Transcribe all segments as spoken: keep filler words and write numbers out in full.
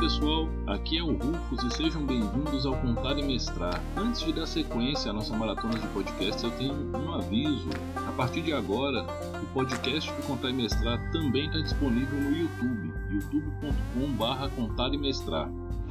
pessoal, aqui é o Rufus e sejam bem-vindos ao Contar e Mestrar. Antes de dar sequência à nossa maratona de podcast, eu tenho um aviso. A partir de agora, o podcast do Contar e Mestrar também está disponível no YouTube, youtube ponto com barra contar e mestrar.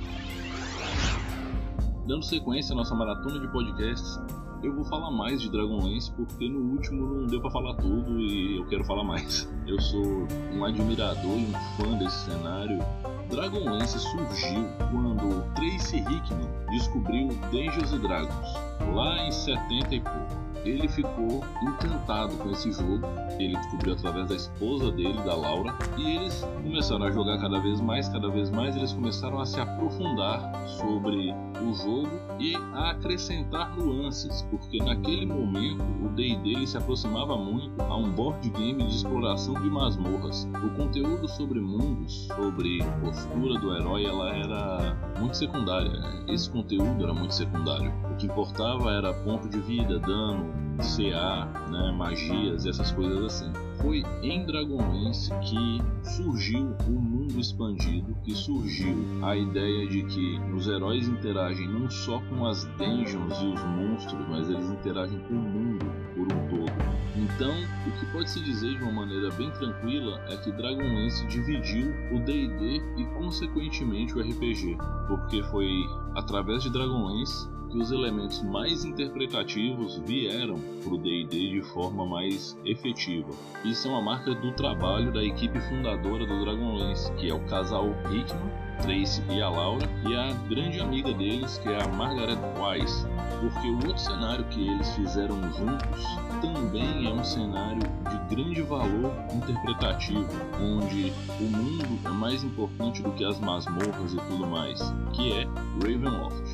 Dando sequência à nossa maratona de podcasts, eu vou falar mais de Dragonlance porque no último não deu pra falar tudo e eu quero falar mais. Eu sou um admirador e um fã desse cenário. Dragonlance surgiu quando Tracy Hickman descobriu Dungeons and Dragons, lá em setenta e pouco. Ele ficou encantado com esse jogo, ele descobriu através da esposa dele, da Laura, e eles começaram a jogar cada vez mais, cada vez mais, eles começaram a se aprofundar sobre o jogo e a acrescentar nuances, porque naquele momento o D e D se aproximava muito a um board game de exploração de masmorras. O conteúdo sobre mundos, sobre postura do herói, ela era muito secundária, esse conteúdo era muito secundário. O que importava era ponto de vida, dano, C A, né, magias e essas coisas assim. Foi em Dragonlance que surgiu o mundo expandido, que surgiu a ideia de que os heróis interagem não só com as dungeons e os monstros, mas eles interagem com o mundo por um todo. Então, o que pode se dizer de uma maneira bem tranquila é que Dragonlance dividiu o D e D e consequentemente o R P G, porque foi através de Dragonlance que os elementos mais interpretativos vieram para o D e D de forma mais efetiva. Isso é uma marca do trabalho da equipe fundadora do Dragonlance, que é o casal Hickman, Tracy e a Laura, e a grande amiga deles, que é a Margaret Wise, porque o outro cenário que eles fizeram juntos também é um cenário de grande valor interpretativo, onde o mundo é mais importante do que as masmorras e tudo mais, que é Ravenloft.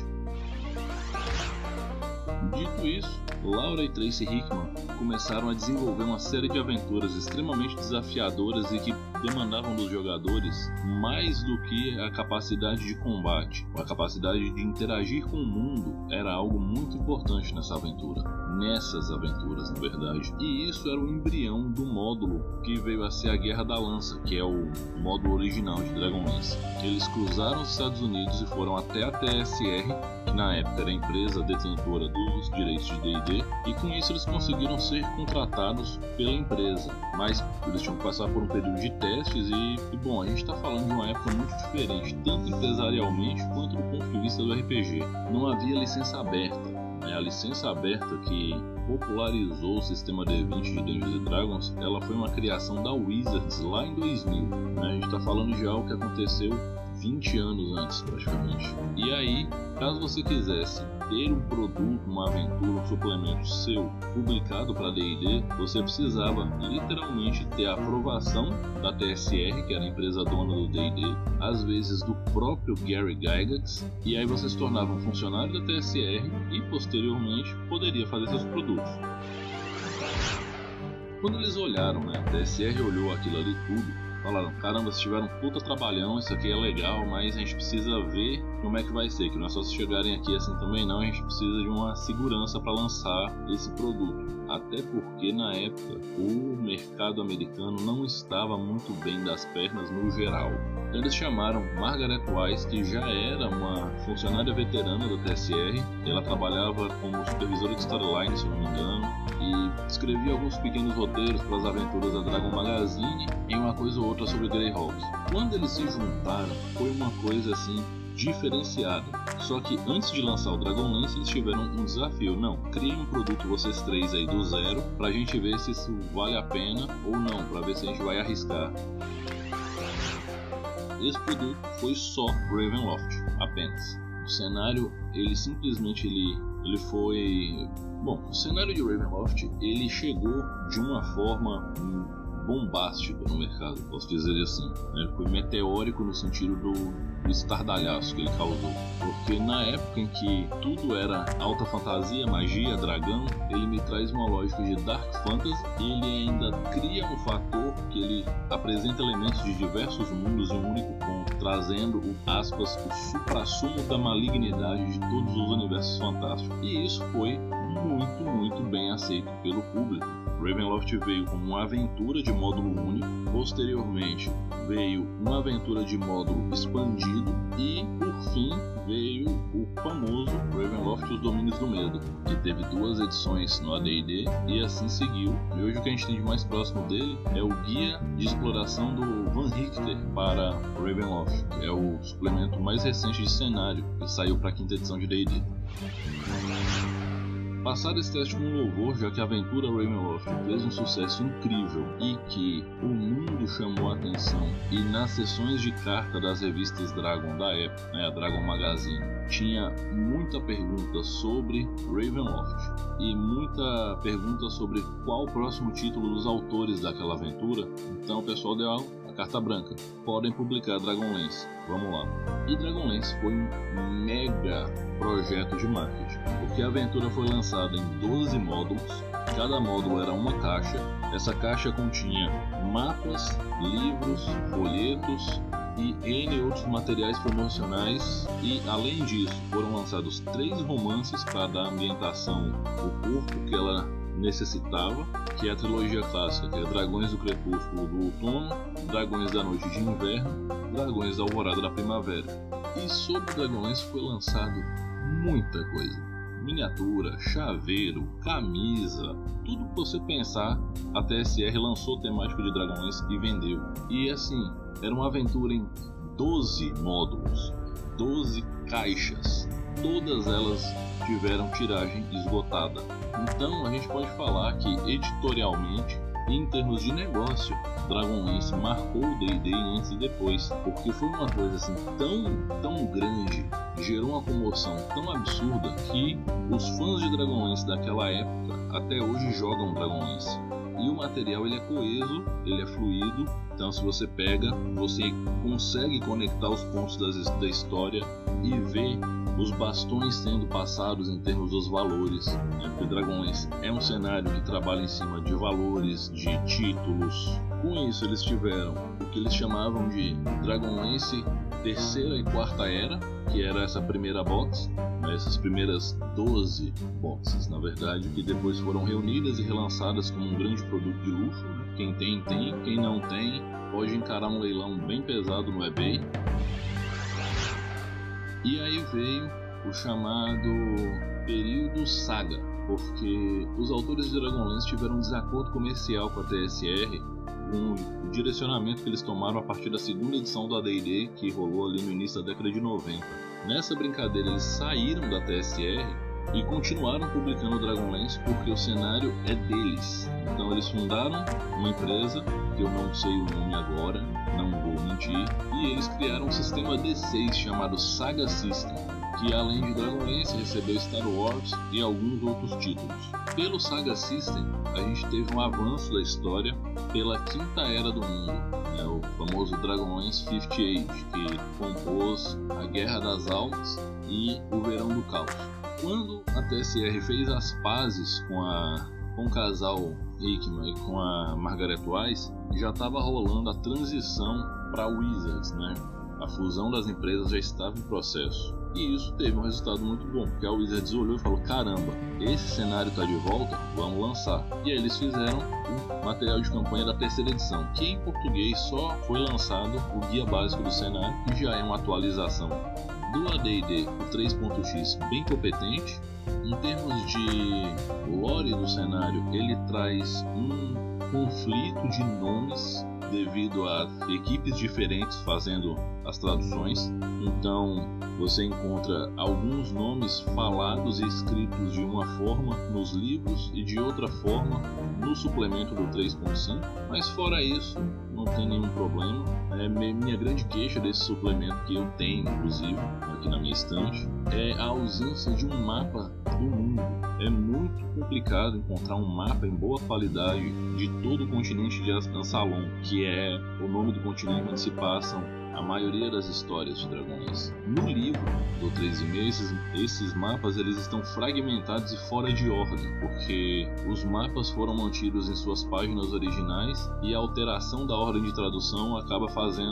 Dito isso, Laura e Tracy Hickman começaram a desenvolver uma série de aventuras extremamente desafiadoras e que demandavam dos jogadores mais do que a capacidade de combate. A capacidade de interagir com o mundo era algo muito importante nessa aventura, nessas aventuras na verdade. E isso era o embrião do módulo que veio a ser a Guerra da Lança, que é o módulo original de Dragonlance. Eles cruzaram os Estados Unidos e foram até a T S R, que na época era a empresa detentora dos direitos de D e D, e com isso eles conseguiram ser contratados pela empresa, mas eles tinham que passar por um período de testes e, e bom, a gente está falando de uma época muito diferente, tanto empresarialmente quanto do ponto de vista do R P G. Não havia licença aberta, né? A licença aberta que popularizou o sistema D vinte de Dungeons and Dragons, ela foi uma criação da Wizards lá em dois mil, né? A gente está falando de algo que aconteceu vinte anos antes praticamente. E aí, caso você quisesse ter um produto, uma aventura, um suplemento seu publicado para D e D, você precisava literalmente ter a aprovação da T S R, que era a empresa dona do D e D, às vezes do próprio Gary Gygax, e aí você se tornava um funcionário da T S R e posteriormente poderia fazer seus produtos. Quando eles olharam, né, a T S R olhou aquilo ali tudo, falaram, caramba, se tiver um puta trabalhão, isso aqui é legal, mas a gente precisa ver como é que vai ser, que não é só se chegarem aqui assim também não, a gente precisa de uma segurança para lançar esse produto. Até porque na época o mercado americano não estava muito bem das pernas no geral. Eles chamaram Margaret Wise, que já era uma funcionária veterana da T S R, ela trabalhava como supervisora de storyline, se não me engano, e escrevia alguns pequenos roteiros para as aventuras da Dragon Magazine e uma coisa ou outra sobre Greyhawk. Quando eles se juntaram, foi uma coisa assim diferenciada. Só que antes de lançar o Dragonlance, eles tiveram um desafio. Não, criem um produto vocês três aí do zero, pra gente ver se isso vale a pena ou não, pra ver se a gente vai arriscar. Esse produto foi só Ravenloft, apenas. O cenário, ele simplesmente ele, ele foi... Bom, o cenário de Ravenloft, ele chegou de uma forma bombástica no mercado, posso dizer assim. Ele foi meteórico no sentido do, do estardalhaço que ele causou. Porque na época em que tudo era alta fantasia, magia, dragão, ele me traz uma lógica de Dark Fantasy e ele ainda cria um fator que ele apresenta elementos de diversos mundos em um único ponto, trazendo o, aspas, o suprassumo da malignidade de todos os universos fantásticos. E isso foi muito, muito bem aceito pelo público. Ravenloft veio como uma aventura de módulo único, posteriormente veio uma aventura de módulo expandido e, por fim, veio o famoso Ravenloft Os Domínios do Medo, que teve duas edições no A D e D e assim seguiu. E hoje o que a gente tem de mais próximo dele é o Guia de Exploração do Van Richter para Ravenloft, que é o suplemento mais recente de cenário que saiu para a quinta edição de D e D. Passado esse teste com louvor, já que a aventura Ravenloft fez um sucesso incrível e que o mundo chamou a atenção, e nas sessões de carta das revistas Dragon da época, né, a Dragon Magazine, tinha muita pergunta sobre Ravenloft e muita pergunta sobre qual o próximo título dos autores daquela aventura, então o pessoal deu a carta branca: podem publicar Dragonlance, vamos lá. E Dragonlance foi um mega projeto de marketing, porque a aventura foi lançada em doze módulos, cada módulo era uma caixa, essa caixa continha mapas, livros, folhetos e N outros materiais promocionais, e além disso foram lançados três romances para dar ambientação ao corpo que ela necessitava, que é a trilogia clássica, que é Dragões do Crepúsculo do Outono, Dragões da Noite de Inverno, Dragões da Alvorada da Primavera. E sobre Dragonlance foi lançado muita coisa: miniatura, chaveiro, camisa, tudo que você pensar. A T S R lançou temático de Dragonlance e vendeu. E assim, era uma aventura em doze módulos, doze caixas, todas elas tiveram tiragem esgotada. Então a gente pode falar que editorialmente, em termos de negócio, Dragonlance marcou o D e D antes e depois, porque foi uma coisa assim tão, tão grande, gerou uma comoção tão absurda que os fãs de Dragonlance daquela época até hoje jogam Dragonlance. E o material ele é coeso, ele é fluido, então se você pega, você consegue conectar os pontos das, da história e ver os bastões sendo passados em termos dos valores, né? Porque Dragonlance é um cenário que trabalha em cima de valores, de títulos. Com isso eles tiveram o que eles chamavam de Dragonlance Terceira e Quarta Era, que era essa primeira box, né? Essas primeiras doze boxes, na verdade, que depois foram reunidas e relançadas como um grande produto de luxo, né? Quem tem, tem, quem não tem, pode encarar um leilão bem pesado no eBay. E aí veio o chamado período Saga, porque os autores de Dragonlance tiveram um desacordo comercial com a T S R, com o direcionamento que eles tomaram a partir da segunda edição do A D e D, que rolou ali no início da década de noventa. Nessa brincadeira eles saíram da T S R e continuaram publicando Dragonlance porque o cenário é deles. Então eles fundaram uma empresa, que eu não sei o nome agora, não vou mentir, e eles criaram um sistema D seis chamado Saga System, que além de Dragonlance recebeu Star Wars e alguns outros títulos. Pelo Saga System a gente teve um avanço da história pela Quinta Era do Mundo, né, o famoso Dragonlance Fifth Age, que compôs a Guerra das Almas e o Verão do Caos. Quando a T S R fez as pazes com, a, com o casal Hickman e com a Margaret Wise, já estava rolando a transição para Wizards, né? A fusão das empresas já estava em processo. E isso teve um resultado muito bom, porque a Wizards olhou e falou: caramba, esse cenário está de volta, vamos lançar. E aí eles fizeram o material de campanha da terceira edição, que em português só foi lançado o guia básico do cenário, que já é uma atualização do A D e D, o três ponto x, bem competente. Em termos de lore do cenário, ele traz um conflito de nomes devido a equipes diferentes fazendo as traduções. Então você encontra alguns nomes falados e escritos de uma forma nos livros e de outra forma no suplemento do três ponto cinco, mas fora isso não tem nenhum problema. É, minha grande queixa desse suplemento, que eu tenho inclusive aqui na minha estante, é a ausência de um mapa do mundo. É muito complicado encontrar um mapa em boa qualidade de todo o continente de Ansalon, que é o nome do continente onde se passam a maioria das histórias de Dragonlance. No livro do três e meio, esses, esses mapas eles estão fragmentados e fora de ordem, porque os mapas foram mantidos em suas páginas originais e a alteração da ordem de tradução acaba fazendo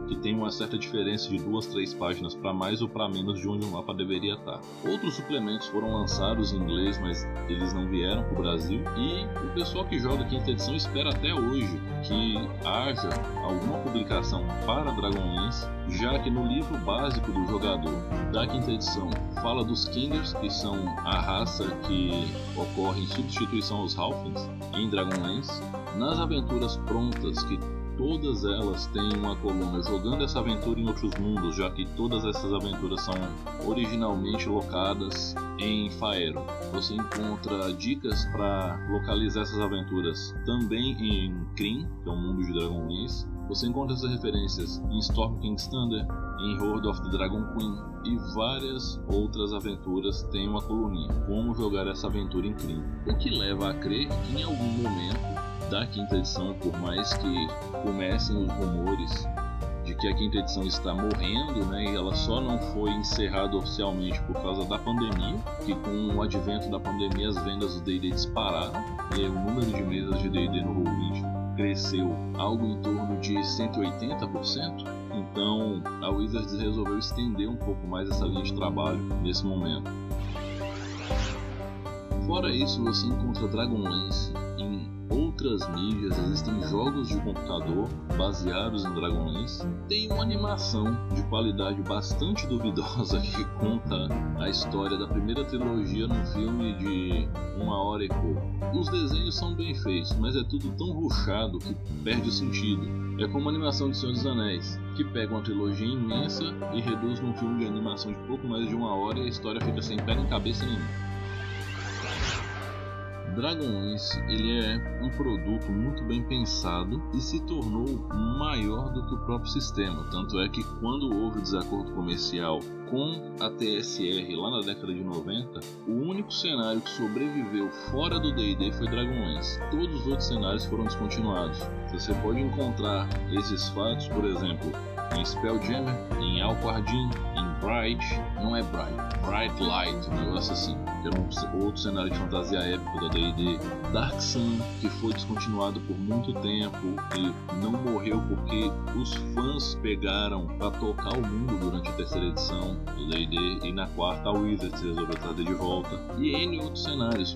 que tem uma certa diferença de duas, três páginas para mais ou para menos de onde o mapa deveria estar. Outros suplementos foram lançados em inglês, mas eles não vieram para o Brasil, e o pessoal que joga a quinta edição espera até hoje que haja alguma publicação para Dragonlance, já que no livro básico do jogador da quinta edição fala dos Kingers, que são a raça que ocorre em substituição aos Halflings em Dragonlance. Nas aventuras prontas, que todas elas têm uma coluna jogando essa aventura em outros mundos, já que todas essas aventuras são originalmente locadas em Faerûn. Você encontra dicas para localizar essas aventuras também em Krynn, que é um mundo de Dragonlance. Você encontra essas referências em Storm King's Thunder, em Hoard of the Dragon Queen, e várias outras aventuras têm uma coluninha, como jogar essa aventura em Krynn. O que leva a crer que em algum momento da quinta edição, por mais que comecem os rumores de que a quinta edição está morrendo, né, e ela só não foi encerrada oficialmente por causa da pandemia, que com o advento da pandemia as vendas do D e D dispararam, e o número de mesas de D e D no Roll vinte cresceu algo em torno de cento e oitenta por cento, então a Wizards resolveu estender um pouco mais essa linha de trabalho nesse momento. Fora isso, você encontra Dragonlance em outras mídias, existem jogos de computador baseados em Dragonlance, tem uma animação de qualidade bastante duvidosa que conta a história da primeira trilogia num filme de uma hora e pouco. Os desenhos são bem feitos, mas é tudo tão rushado que perde o sentido. É como a animação de Senhor dos Anéis, que pega uma trilogia imensa e reduz num filme de animação de pouco mais de uma hora e a história fica sem pé nem cabeça nenhuma. Dragonlance, ele é um produto muito bem pensado e se tornou maior do que o próprio sistema, tanto é que quando houve o desacordo comercial com a T S R lá na década de noventa, o único cenário que sobreviveu fora do D e D foi Dragonlance. Todos os outros cenários foram descontinuados. Você pode encontrar esses fatos, por exemplo, em Spelljammer, em Alquardin, em Bright, não é Bright, Bright Light, um negócio assim, que era um outro cenário de fantasia épico da D e D. Dark Sun, que foi descontinuado por muito tempo e não morreu porque os fãs pegaram para tocar o mundo durante a terceira edição do D e D, e na quarta a Wizards resolveu trazer de volta, e N outros cenários.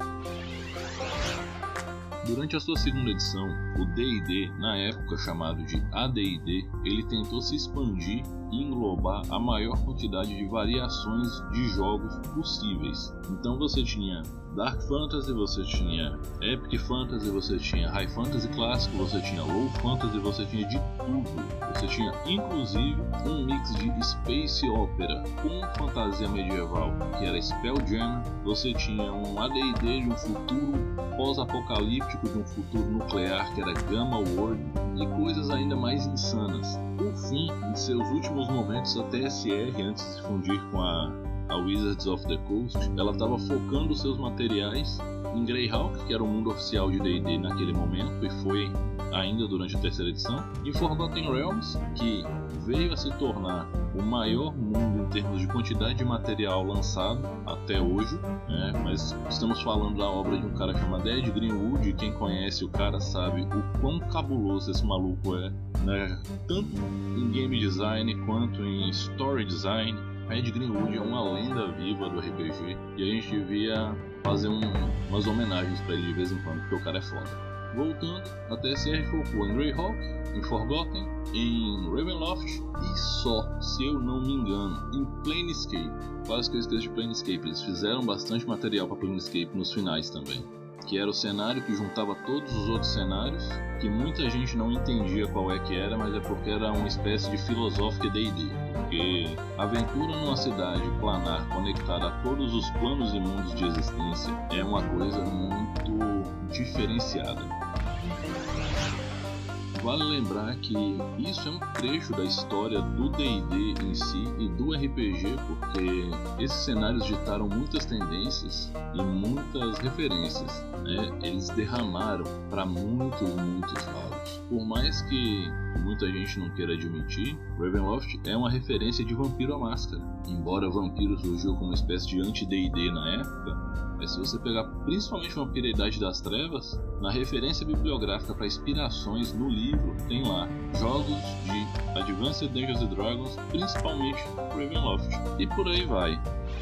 Durante a sua segunda edição, o D e D, na época chamado de A D e D, ele tentou se expandir e englobar a maior quantidade de variações de jogos possíveis. Então você tinha Dark Fantasy, você tinha Epic Fantasy, você tinha High Fantasy clássico, você tinha Low Fantasy, você tinha de tudo. Você tinha inclusive um mix de Space Opera com fantasia medieval, que era Spelljammer. Você tinha um A D e D de um futuro pós-apocalíptico, de um futuro nuclear, que era Gamma World, e coisas ainda mais insanas. Por fim, em seus últimos momentos, a T S R, antes de se fundir com a a Wizards of the Coast, ela estava focando seus materiais em Greyhawk, que era o mundo oficial de D e D naquele momento e foi ainda durante a terceira edição, e Forgotten Realms, que veio a se tornar o maior mundo em termos de quantidade de material lançado até hoje, né? Mas estamos falando da obra de um cara chamado Ed Greenwood, e quem conhece o cara sabe o quão cabuloso esse maluco é, né? Tanto em game design quanto em story design. Ed Greenwood é uma lenda viva do R P G e a gente devia fazer um, umas homenagens para ele de vez em quando, porque o cara é foda. Voltando, a T S R focou em Greyhawk, em Forgotten, em Ravenloft e só, se eu não me engano, em Planescape. Quase que eu esqueço de Planescape, eles fizeram bastante material para Planescape nos finais também, que era o cenário que juntava todos os outros cenários, que muita gente não entendia qual é que era, mas é porque era uma espécie de Philosophic D e D, porque aventura numa cidade planar conectada a todos os planos e mundos de existência é uma coisa muito diferenciada. Vale lembrar que isso é um trecho da história do D e D em si e do R P G, porque esses cenários ditaram muitas tendências e muitas referências, né? Eles derramaram para muitos, muitos lados. jogos. Por mais que muita gente não queira admitir, Ravenloft é uma referência de Vampiro à Máscara. Embora Vampiro surgiu como uma espécie de anti-D e D na época, mas se você pegar principalmente Vampiro: A Idade das Trevas, na referência bibliográfica para inspirações no livro, tem lá jogos de Advanced Dungeons and Dragons, principalmente Ravenloft. E por aí vai.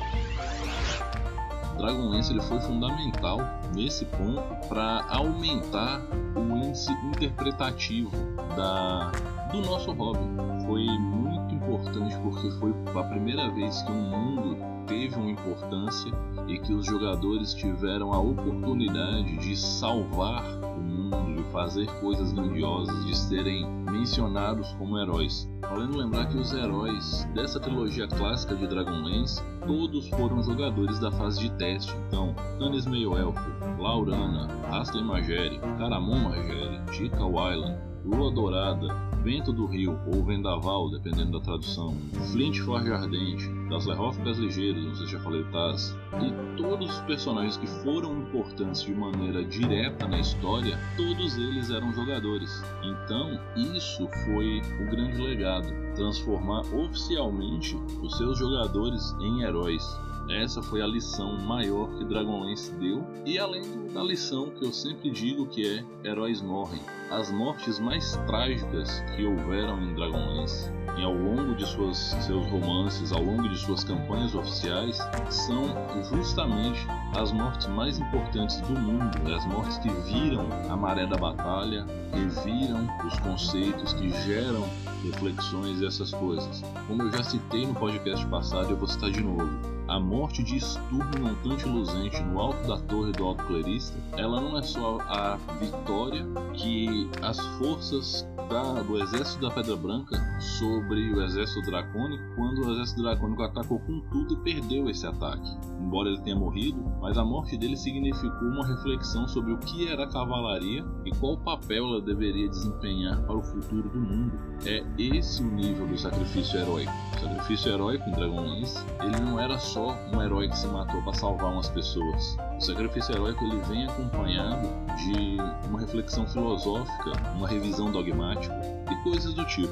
Dragonlance ele foi fundamental nesse ponto para aumentar o índice interpretativo da, do nosso hobby. Foi muito importante porque foi a primeira vez que um mundo teve uma importância e que os jogadores tiveram a oportunidade de salvar o mundo, de fazer coisas grandiosas, de serem mencionados como heróis. Valendo lembrar que os heróis dessa trilogia clássica de Dragonlance todos foram jogadores da fase de teste. Então, Tanis Meio-Elfo, Laurana, Rastlin Magere, Caramon Magere, Tika Wyland, Lua Dourada, Vento do Rio ou Vendaval, dependendo da tradução, Flint Forge Ardente, das Lerróficas Ligeiras, não sei se já falei Taz, e todos os personagens que foram importantes de maneira direta na história, todos eles eram jogadores. Então, isso foi o grande legado, transformar oficialmente os seus jogadores em heróis. Essa foi a lição maior que Dragonlance deu, e além da lição que eu sempre digo que é heróis morrem. As mortes mais trágicas que houveram em Dragonlance e ao longo de suas, seus romances, ao longo de suas campanhas oficiais, são justamente as mortes mais importantes do mundo, as mortes que viram a maré da batalha, que viram os conceitos, que geram reflexões e essas coisas. Como eu já citei no podcast passado, eu vou citar de novo. A morte de Sturm Montante Luzente no alto da torre do Alto Clerista, ela não é só a vitória que as forças da, do exército da Pedra Branca sobre o exército dracônico, quando o exército dracônico atacou com tudo e perdeu esse ataque. Embora ele tenha morrido, mas a morte dele significou uma reflexão sobre o que era a cavalaria e qual papel ela deveria desempenhar para o futuro do mundo. É esse o nível do sacrifício heróico. O sacrifício heróico em Dragonlance, ele não era só um herói que se matou para salvar umas pessoas. O sacrifício heróico ele vem acompanhado de uma reflexão filosófica, uma revisão dogmática e coisas do tipo.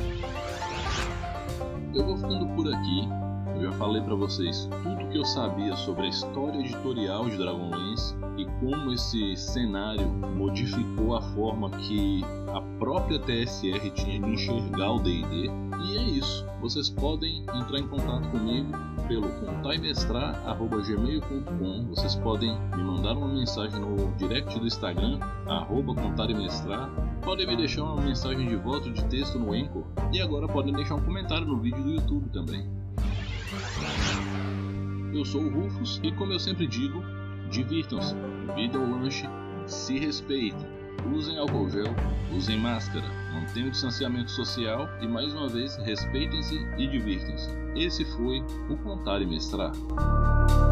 Eu vou ficando por aqui. Eu já falei para vocês tudo que eu sabia sobre a história editorial de Dragonlance e como esse cenário modificou a forma que a própria T S R tinha de enxergar o D e D. E é isso. Vocês podem entrar em contato comigo pelo contar e mestrar arroba gmail ponto com. Vocês podem me mandar uma mensagem no direct do Instagram, arroba contar e mestrar. Podem me deixar uma mensagem de voto de texto no Anchor. E agora podem deixar um comentário no vídeo do YouTube também. Eu sou o Rufus e, como eu sempre digo, divirtam-se, vida ao lanche, se respeitem, usem álcool gel, usem máscara, mantenham o distanciamento social e, mais uma vez, respeitem-se e divirtam-se. Esse foi o Contar e Mestrar.